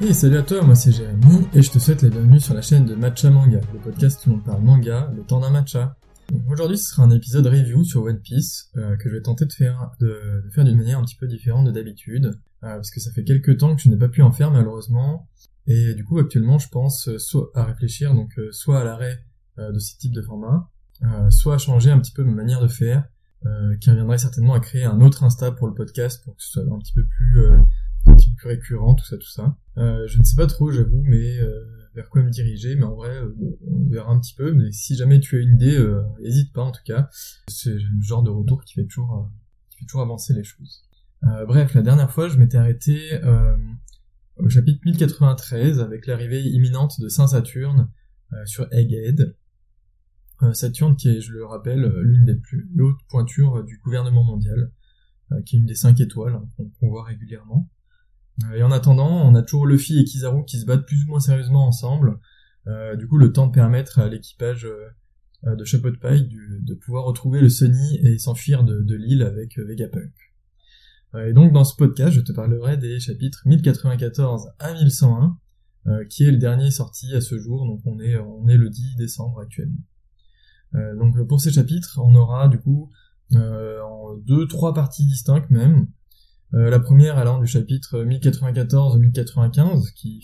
Hey, salut à toi, moi c'est Jérémy, et je te souhaite la bienvenue sur la chaîne de Matcha Manga, le podcast où on parle manga, le temps d'un matcha. Donc, aujourd'hui ce sera un épisode review sur One Piece, que je vais tenter de faire d'une manière un petit peu différente de d'habitude, parce que ça fait quelques temps que je n'ai pas pu en faire malheureusement, et du coup actuellement je pense soit à réfléchir, soit à l'arrêt de ce type de format, soit à changer un petit peu ma manière de faire, qui reviendrait certainement à créer un autre Insta pour le podcast, pour que ce soit un petit peu plus récurrent, tout ça. Je ne sais pas trop, j'avoue, mais vers quoi me diriger, mais en vrai, on verra un petit peu, mais si jamais tu as une idée, n'hésite pas en tout cas. C'est le genre de retour qui fait toujours avancer les choses. Bref, la dernière fois, je m'étais arrêté au chapitre 1093, avec l'arrivée imminente de Saint Saturne sur Egghead. Saturne qui est, je le rappelle, l'une des plus hautes pointures du gouvernement mondial, qui est une des 5 étoiles qu'on voit régulièrement. Et en attendant, on a toujours Luffy et Kizaru qui se battent plus ou moins sérieusement ensemble. Du coup, le temps de permettre à l'équipage de Chapeau de Paille de pouvoir retrouver le Sunny et s'enfuir de l'île avec Vegapunk. Et donc, dans ce podcast, je te parlerai des chapitres 1094 à 1101, qui est le dernier sorti à ce jour, donc on est le 10 décembre actuellement. Donc pour ces chapitres, on aura du coup en 2-3 parties distinctes même. La première allant du chapitre 1094 au 1095 qui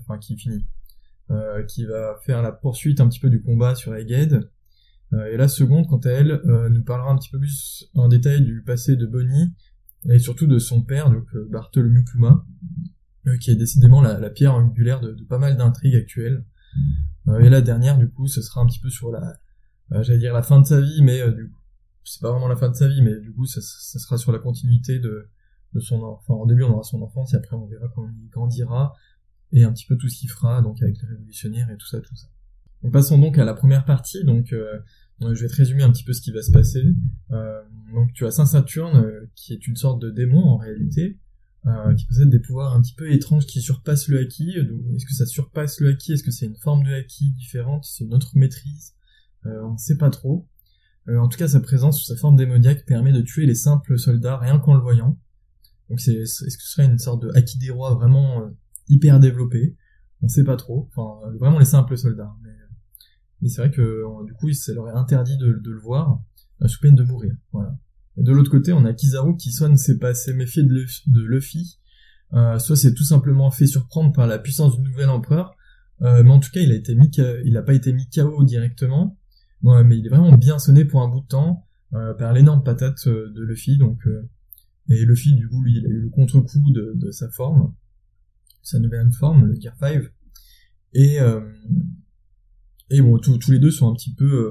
va faire la poursuite un petit peu du combat sur Egghead. Et la seconde, quant à elle, nous parlera un petit peu plus en détail du passé de Bonnie et surtout de son père, donc Bartholomew Kuma, qui est décidément la pierre angulaire de pas mal d'intrigues actuelles. Et la dernière, du coup, ce sera un petit peu sur la fin de sa vie, mais du coup, c'est pas vraiment la fin de sa vie, mais du coup, ça sera sur la continuité de son enfant. Enfin, au début, on aura son enfance, et après, on verra comment il grandira, et un petit peu tout ce qu'il fera, donc avec les révolutionnaires et tout ça. Donc, passons donc à la première partie, donc je vais te résumer un petit peu ce qui va se passer. Donc, tu as Saint Saturne, qui est une sorte de démon, en réalité, qui possède des pouvoirs un petit peu étranges qui surpassent le haki. Donc, est-ce que ça surpasse le haki? Est-ce que c'est une forme de haki différente? C'est une autre maîtrise? On ne sait pas trop. En tout cas, sa présence sous sa forme démoniaque permet de tuer les simples soldats rien qu'en le voyant. Donc est-ce que ce serait une sorte de haki des rois vraiment hyper développé? On sait pas trop. Enfin, vraiment les simples soldats. Mais c'est vrai que du coup, ça leur est interdit de le voir, sous peine de mourir. Voilà. Et de l'autre côté, on a Kizaru qui soit ne s'est pas assez méfié de Luffy, soit c'est tout simplement fait surprendre par la puissance du nouvel empereur, mais en tout cas, il a pas été mis KO directement. Ouais, mais il est vraiment bien sonné pour un bout de temps par l'énorme patate de Luffy, et Luffy du coup lui il a eu le contre-coup de sa forme, sa nouvelle forme, le Gear 5, et bon tous les deux sont un petit peu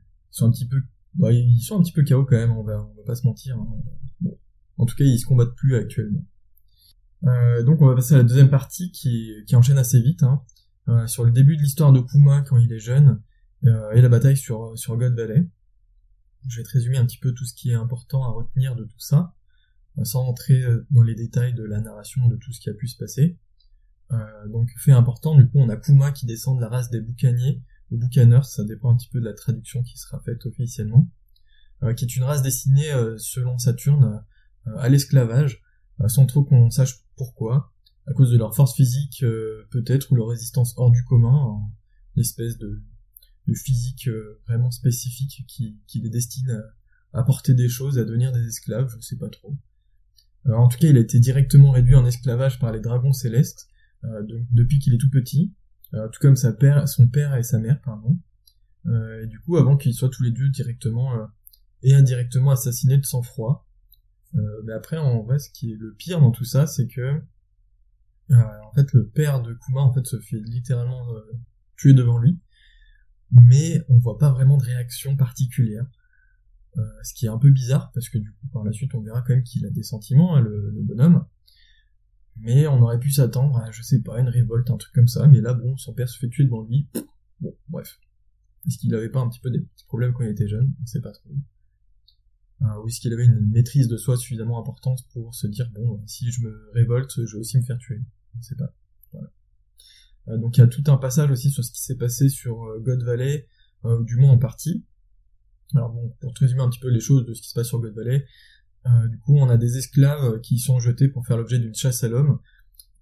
ils sont un petit peu KO quand même, on va pas se mentir, hein. Bon, en tout cas ils se combattent plus actuellement. Donc on va passer à la deuxième partie qui enchaîne assez vite, hein, sur le début de l'histoire de Kuma quand il est jeune. Et la bataille sur God Valley. Je vais te résumer un petit peu tout ce qui est important à retenir de tout ça, sans rentrer dans les détails de la narration de tout ce qui a pu se passer. Donc fait important, du coup on a Kuma qui descend de la race des boucaniers, ou Buccaneers, ça dépend un petit peu de la traduction qui sera faite officiellement, qui est une race destinée, selon Saturne, à l'esclavage, sans trop qu'on sache pourquoi, à cause de leur force physique peut-être, ou leur résistance hors du commun, une espèce de physique vraiment spécifique qui les destine à porter des choses, à devenir des esclaves, je sais pas trop. En tout cas, il a été directement réduit en esclavage par les dragons célestes, depuis qu'il est tout petit, tout comme son père et sa mère, pardon. Et du coup, avant qu'ils soient tous les deux directement et indirectement assassinés de sang-froid. Mais après, en vrai, ce qui est le pire dans tout ça, c'est que en fait, le père de Kuma en fait se fait littéralement tuer devant lui, mais on voit pas vraiment de réaction particulière, ce qui est un peu bizarre parce que du coup par la suite on verra quand même qu'il a des sentiments, hein, le bonhomme, mais on aurait pu s'attendre à, je sais pas, une révolte, un truc comme ça, mais là bon, son père se fait tuer devant lui, bon bref, est-ce qu'il avait pas un petit peu des petits problèmes quand il était jeune, on sait pas trop, ou est-ce qu'il avait une maîtrise de soi suffisamment importante pour se dire bon, si je me révolte je vais aussi me faire tuer, on sait pas, voilà. Donc il y a tout un passage aussi sur ce qui s'est passé sur God Valley, du moins en partie. Alors bon, pour te résumer un petit peu les choses de ce qui se passe sur God Valley, du coup on a des esclaves qui sont jetés pour faire l'objet d'une chasse à l'homme,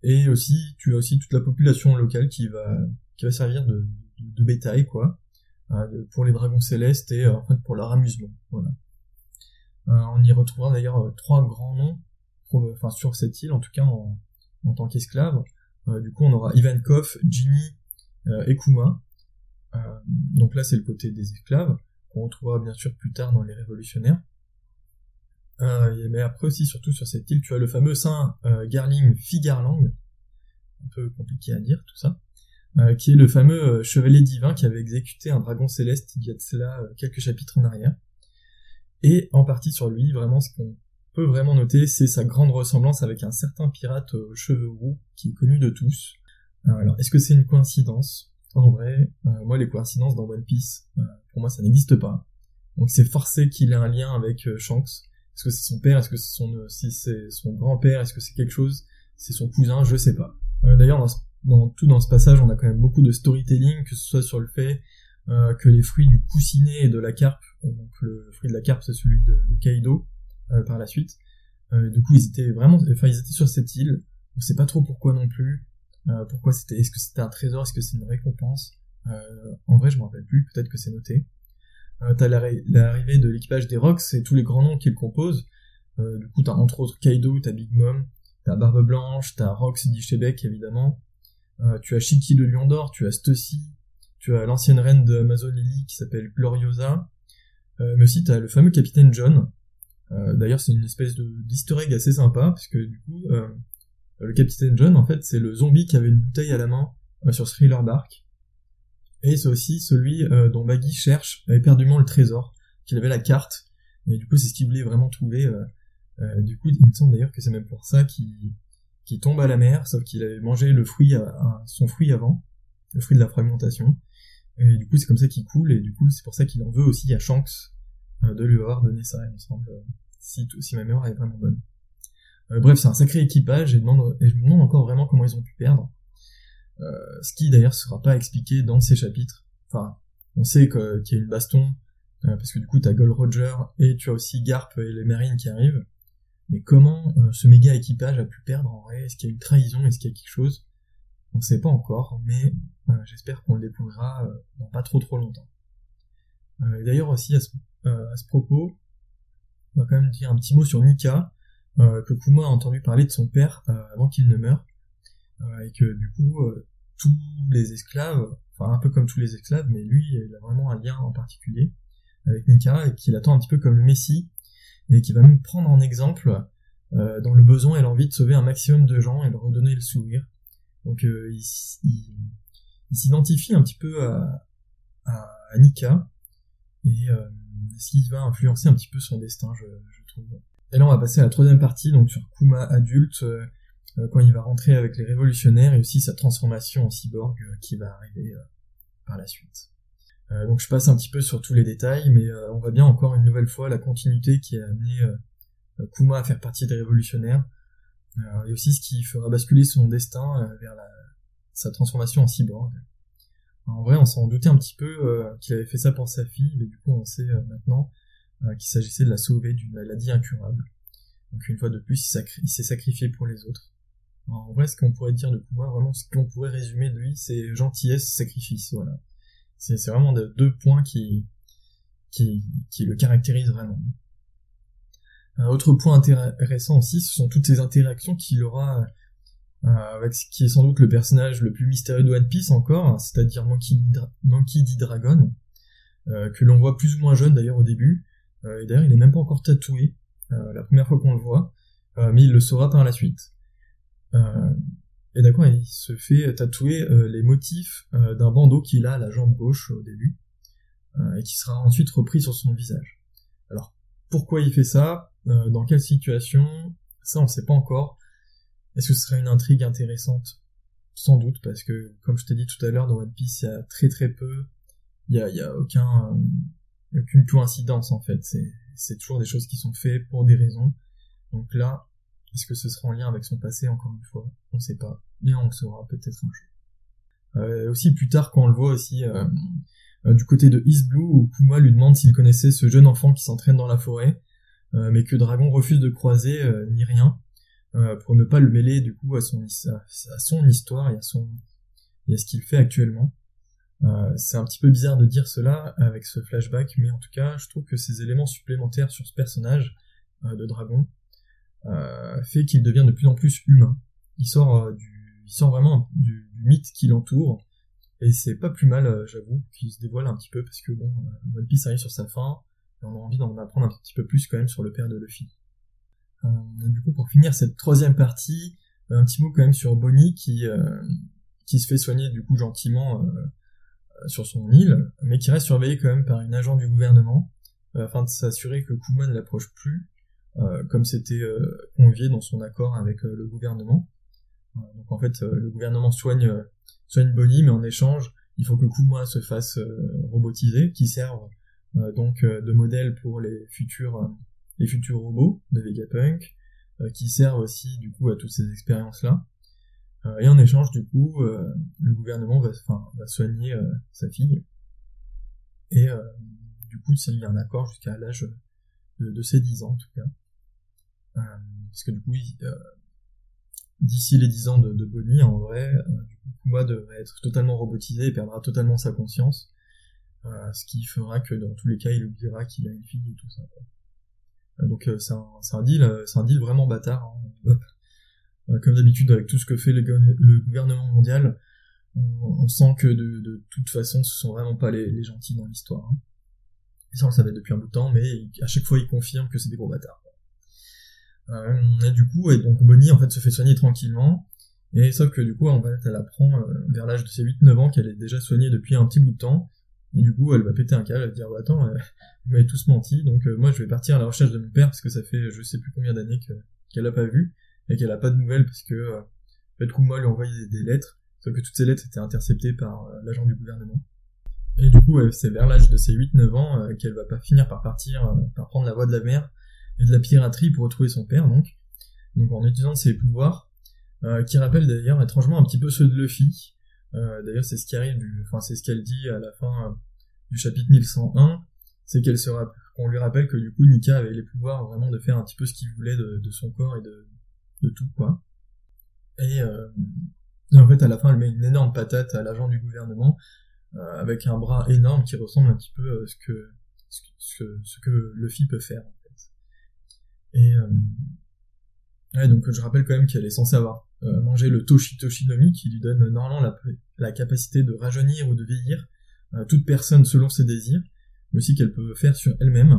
Et aussi, tu as aussi toute la population locale qui va servir de bétail, quoi, pour les dragons célestes et en fait pour leur amusement. Voilà. On y retrouvera d'ailleurs 3 grands noms, sur cette île, en tout cas en tant qu'esclaves. Du coup, on aura Ivankov, Ginny et Kuma. Donc là, c'est le côté des esclaves, qu'on retrouvera bien sûr plus tard dans les révolutionnaires. Mais après aussi, surtout sur cette île, tu as le fameux saint Garling Figarlang, un peu compliqué à dire tout ça, qui est le fameux chevalier divin qui avait exécuté un dragon céleste il y a de cela quelques chapitres en arrière. Et en partie sur lui, vraiment, ce qu'on peut vraiment noter, c'est sa grande ressemblance avec un certain pirate aux cheveux roux, qui est connu de tous. Alors, est-ce que c'est une coïncidence ? En vrai, moi, les coïncidences dans One Piece, pour moi, ça n'existe pas. Donc c'est forcé qu'il ait un lien avec Shanks. Est-ce que c'est son père ? Est-ce que si c'est son grand-père ? Est-ce que c'est quelque chose ? C'est son cousin ? Je sais pas. D'ailleurs, dans ce passage, on a quand même beaucoup de storytelling, que ce soit sur le fait que les fruits du coussinet et de la carpe, donc le fruit de la carpe c'est celui de Kaido par la suite, du coup ils étaient sur cette île, on sait pas trop pourquoi non plus, est-ce que c'était un trésor, est-ce que c'est une récompense, en vrai je m'en rappelle plus, peut-être que c'est noté. T'as l'arrivée de l'équipage des Rocks et tous les grands noms qui le composent, du coup t'as entre autres Kaido, t'as Big Mom, t'as Barbe Blanche, t'as Rox d'Ishebek évidemment, tu as Shiki le Lion d'Or, tu as Stussy, tu as l'ancienne reine de Amazon Lily qui s'appelle Gloriosa, mais aussi t'as le fameux capitaine John. D'ailleurs c'est une espèce d'easter egg assez sympa, parce que du coup le capitaine John en fait c'est le zombie qui avait une bouteille à la main sur Thriller Bark, et c'est aussi celui dont Baggy cherche éperdument le trésor, qu'il avait la carte, et du coup c'est ce qu'il voulait vraiment trouver. Du coup il me semble d'ailleurs que c'est même pour ça qu'il tombe à la mer, sauf qu'il avait mangé son fruit avant, le fruit de la fragmentation, et du coup c'est comme ça qu'il coule, et du coup c'est pour ça qu'il en veut aussi à Shanks de lui avoir donné ça, il me semble, si ma mémoire est vraiment bonne. Bref, c'est un sacré équipage, et je me demande encore vraiment comment ils ont pu perdre, ce qui d'ailleurs sera pas expliqué dans ces chapitres. Enfin, on sait qu'il y a une baston, parce que du coup t'as Gold Roger, et tu as aussi Garp et les Marines qui arrivent, mais comment ce méga équipage a pu perdre en vrai ? Est-ce qu'il y a une trahison ? Est-ce qu'il y a quelque chose ? On sait pas encore, mais j'espère qu'on le découvrira dans pas trop longtemps. D'ailleurs aussi à ce propos, on va quand même dire un petit mot sur Nika, que Kuma a entendu parler de son père avant qu'il ne meure, et que du coup tous les esclaves, enfin un peu comme tous les esclaves, mais lui il a vraiment un lien en particulier avec Nika, et qu'il attend un petit peu comme le Messie, et qui va même prendre en exemple dans le besoin et l'envie de sauver un maximum de gens et leur redonner le sourire. Donc il s'identifie un petit peu à Nika, et ce qui va influencer un petit peu son destin, je trouve. Et là on va passer à la 3e partie, donc sur Kuma adulte, quand il va rentrer avec les révolutionnaires, et aussi sa transformation en cyborg qui va arriver par la suite. Donc je passe un petit peu sur tous les détails, mais on voit bien encore une nouvelle fois la continuité qui a amené Kuma à faire partie des révolutionnaires, et aussi ce qui fera basculer son destin vers sa transformation en cyborg. En vrai, on s'en doutait un petit peu qu'il avait fait ça pour sa fille, mais du coup on sait maintenant qu'il s'agissait de la sauver d'une maladie incurable. Donc une fois de plus, il s'est sacrifié pour les autres. En vrai, ce qu'on pourrait dire de Kuma, vraiment ce qu'on pourrait résumer de lui, c'est gentillesse, sacrifice, voilà. C'est vraiment deux points qui le caractérisent vraiment. Un autre point intéressant aussi, ce sont toutes ces interactions qu'il aura avec ce qui est sans doute le personnage le plus mystérieux de One Piece encore, hein, c'est-à-dire Monkey D. Dragon, que l'on voit plus ou moins jeune d'ailleurs au début, et d'ailleurs il est même pas encore tatoué la première fois qu'on le voit, mais il le saura par la suite. Et d'accord, il se fait tatouer les motifs d'un bandeau qu'il a à la jambe gauche au début, et qui sera ensuite repris sur son visage. Alors, pourquoi il fait ça ? Dans quelle situation ? Ça, on sait pas encore. Est-ce que ce serait une intrigue intéressante ? Sans doute, parce que, comme je t'ai dit tout à l'heure, dans One Piece, il y a très peu, il y a aucune coïncidence, en fait. C'est toujours des choses qui sont faites pour des raisons. Donc là, est-ce que ce sera en lien avec son passé, encore une fois ? On sait pas. Mais on le saura peut-être un jour. Aussi, plus tard, quand on le voit aussi, du côté de East Blue, où Kuma lui demande s'il connaissait ce jeune enfant qui s'entraîne dans la forêt, mais que Dragon refuse de croiser, ni rien. pour ne pas le mêler du coup à son histoire et à ce qu'il fait actuellement. C'est un petit peu bizarre de dire cela avec ce flashback, mais en tout cas, je trouve que ces éléments supplémentaires sur ce personnage de dragon fait qu'il devient de plus en plus humain. Il sort vraiment du mythe qui l'entoure, et c'est pas plus mal, j'avoue, qu'il se dévoile un petit peu, parce que bon, One Piece arrive sur sa fin, et on a envie d'en apprendre un petit peu plus quand même sur le père de Luffy. Du coup, pour finir cette troisième partie, un petit mot quand même sur Bonnie qui se fait soigner du coup gentiment sur son île, mais qui reste surveillé quand même par une agent du gouvernement, afin de s'assurer que Kuma ne l'approche plus, comme c'était convié dans son accord avec le gouvernement. Donc en fait, le gouvernement soigne Bonnie, mais en échange, il faut que Kuma se fasse robotiser, qui serve donc de modèle pour les futurs robots de Vegapunk, qui servent aussi du coup à toutes ces expériences-là. Et en échange, du coup, le gouvernement va soigner sa fille. Et du coup, il y a un accord jusqu'à l'âge de ses 10 ans, en tout cas. Parce que du coup, d'ici les 10 ans de Bonnie, en vrai, du coup, Kuma devrait être totalement robotisé et perdra totalement sa conscience. Ce qui fera que dans tous les cas, il oubliera qu'il a une fille et tout ça. Donc c'est un deal vraiment bâtard. Hein. Comme d'habitude avec tout ce que fait le gouvernement mondial, on sent que de toute façon ce sont vraiment pas les gentils dans l'histoire. Hein. Et ça on le savait depuis un bout de temps, mais à chaque fois ils confirment que c'est des gros bâtards. Et du coup, donc Bonnie en fait se fait soigner tranquillement, et sauf que du coup en fait elle apprend vers l'âge de ses 8-9 ans qu'elle est déjà soignée depuis un petit bout de temps, et du coup elle va péter un câble, elle va dire attends, vous m'avez tous menti, donc moi je vais partir à la recherche de mon père, parce que ça fait je sais plus combien d'années qu'elle l'a pas vu, et qu'elle a pas de nouvelles parce que en fait Kuma lui envoie des lettres, sauf que toutes ces lettres étaient interceptées par l'agent du gouvernement. Et du coup c'est vers l'âge de ses 8-9 ans qu'elle va pas finir par partir, par prendre la voie de la mer et de la piraterie pour retrouver son père, donc en utilisant ses pouvoirs, qui rappellent d'ailleurs étrangement un petit peu ceux de Luffy. D'ailleurs c'est ce qui arrive, c'est ce qu'elle dit à la fin du chapitre 1101, c'est qu'on lui rappelle que du coup Nika avait les pouvoirs vraiment de faire un petit peu ce qu'il voulait de son corps et de tout, quoi. Et en fait à la fin elle met une énorme patate à l'agent du gouvernement, avec un bras énorme qui ressemble un petit peu à ce que Luffy peut faire, en fait. Et donc je rappelle quand même qu'elle est censée avoir mangé le Toshi no Mi, qui lui donne normalement la capacité de rajeunir ou de vieillir toute personne selon ses désirs, mais aussi qu'elle peut faire sur elle-même.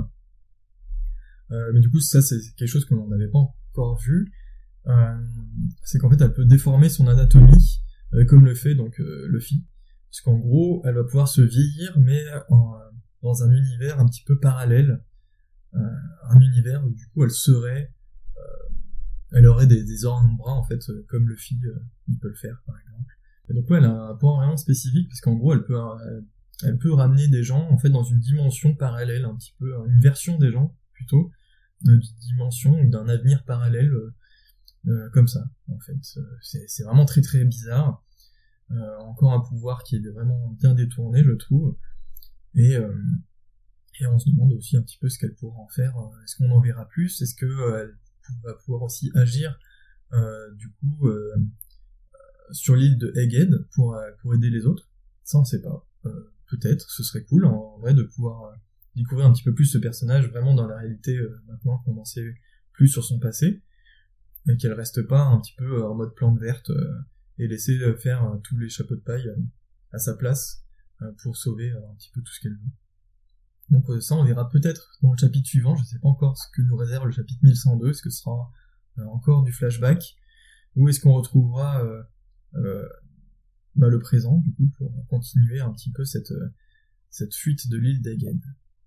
Mais du coup ça c'est quelque chose qu'on n'avait pas encore vu, c'est qu'en fait elle peut déformer son anatomie, comme le fait donc Luffy, parce qu'en gros elle va pouvoir se vieillir, mais dans un univers un petit peu parallèle, un univers où du coup elle aurait des bras en fait, comme Luffy il peut le faire par exemple. Et donc elle a un point vraiment spécifique, parce qu'en gros elle peut ramener des gens en fait dans une dimension parallèle, un petit peu une version des gens plutôt, d'une dimension ou d'un avenir parallèle, comme ça en fait. C'est vraiment très très bizarre. Encore un pouvoir qui est vraiment bien détourné, je trouve, et on se demande aussi un petit peu ce qu'elle pourra en faire. Est-ce qu'on en verra plus? Est-ce que elle va pouvoir aussi agir du coup sur l'île de Egghead pour aider les autres? Ça on sait pas. Peut-être, ce serait cool en vrai de pouvoir découvrir un petit peu plus ce personnage vraiment dans la réalité, maintenant qu'on en sait plus sur son passé, et qu'elle reste pas un petit peu en mode plante verte et laisser faire tous les chapeaux de paille à sa place pour sauver un petit peu tout ce qu'elle veut. Donc ça on verra peut-être dans le chapitre suivant, je sais pas encore ce que nous réserve le chapitre 1102, est-ce que ce sera encore du flashback, ou est-ce qu'on retrouvera le présent du coup pour continuer un petit peu cette fuite de l'île d'Egghead.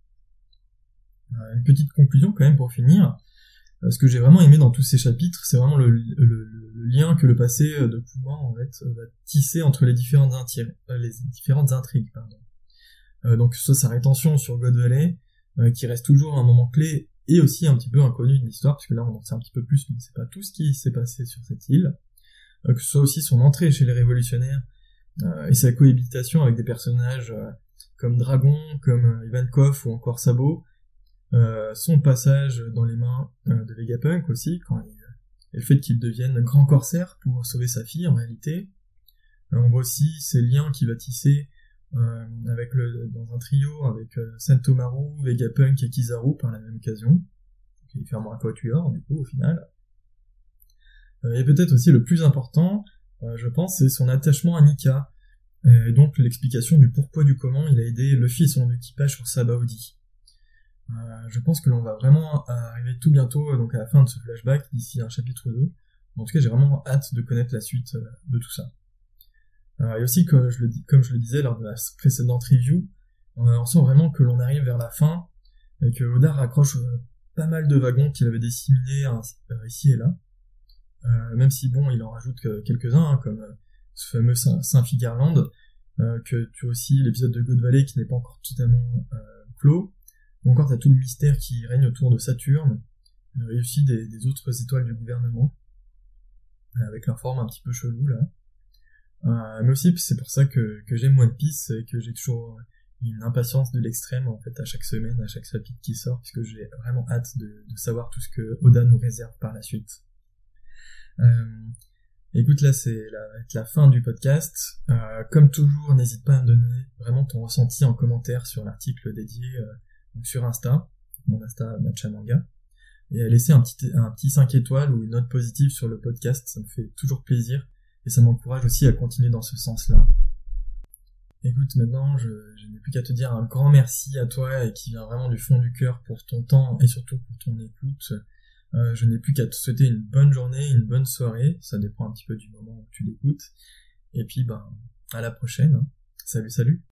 Une petite conclusion quand même pour finir. Ce que j'ai vraiment aimé dans tous ces chapitres, c'est vraiment le lien que le passé de Kuma en fait va tisser entre les différentes intrigues. Donc soit sa rétention sur God Valley, qui reste toujours un moment clé et aussi un petit peu inconnu de l'histoire, parce que là on en sait un petit peu plus, mais on sait pas tout ce qui s'est passé sur cette île. Que ce soit aussi son entrée chez les révolutionnaires et sa cohabitation avec des personnages comme Dragon, comme Ivankov ou encore Sabo. Son passage dans les mains de Vegapunk aussi, quand et le fait qu'il devienne grand corsaire pour sauver sa fille en réalité. On voit aussi ces liens qu'il va tisser dans un trio avec Sentomaru, Vegapunk et Kizaru par la même occasion, qui fait un quatuor du coup au final. Et peut-être aussi le plus important, je pense, c'est son attachement à Nika, et donc l'explication du pourquoi du comment il a aidé Luffy et son équipage sur Sabaody. Je pense que l'on va vraiment arriver tout bientôt donc à la fin de ce flashback, d'ici un chapitre 2. En tout cas, j'ai vraiment hâte de connaître la suite de tout ça. Et aussi, comme je le disais lors de la précédente review, on sent vraiment que l'on arrive vers la fin, et que Oda raccroche pas mal de wagons qu'il avait disséminés ici et là. Même si bon, il en rajoute quelques-uns, comme ce fameux Saint-Figarland, que tu as aussi l'épisode de God Valley qui n'est pas encore totalement clos, ou encore t'as tout le mystère qui règne autour de Saturne, et aussi des autres étoiles du gouvernement, avec leur forme un petit peu chelou là. Mais aussi c'est pour ça que j'aime One Piece, et que j'ai toujours une impatience de l'extrême en fait à chaque semaine, à chaque chapitre qui sort, puisque j'ai vraiment hâte de savoir tout ce que Oda nous réserve par la suite. Écoute, là c'est la fin du podcast. Comme toujours, n'hésite pas à me donner vraiment ton ressenti en commentaire sur l'article dédié donc sur Insta, mon Insta Matcha Manga, et à laisser un petit 5 étoiles ou une note positive sur le podcast, ça me fait toujours plaisir, et ça m'encourage aussi à continuer dans ce sens-là. Écoute, maintenant, je n'ai plus qu'à te dire un grand merci à toi, et qui vient vraiment du fond du cœur pour ton temps, et surtout pour ton écoute. Je n'ai plus qu'à te souhaiter une bonne journée, une bonne soirée, ça dépend un petit peu du moment où tu l'écoutes, et puis à la prochaine. Salut.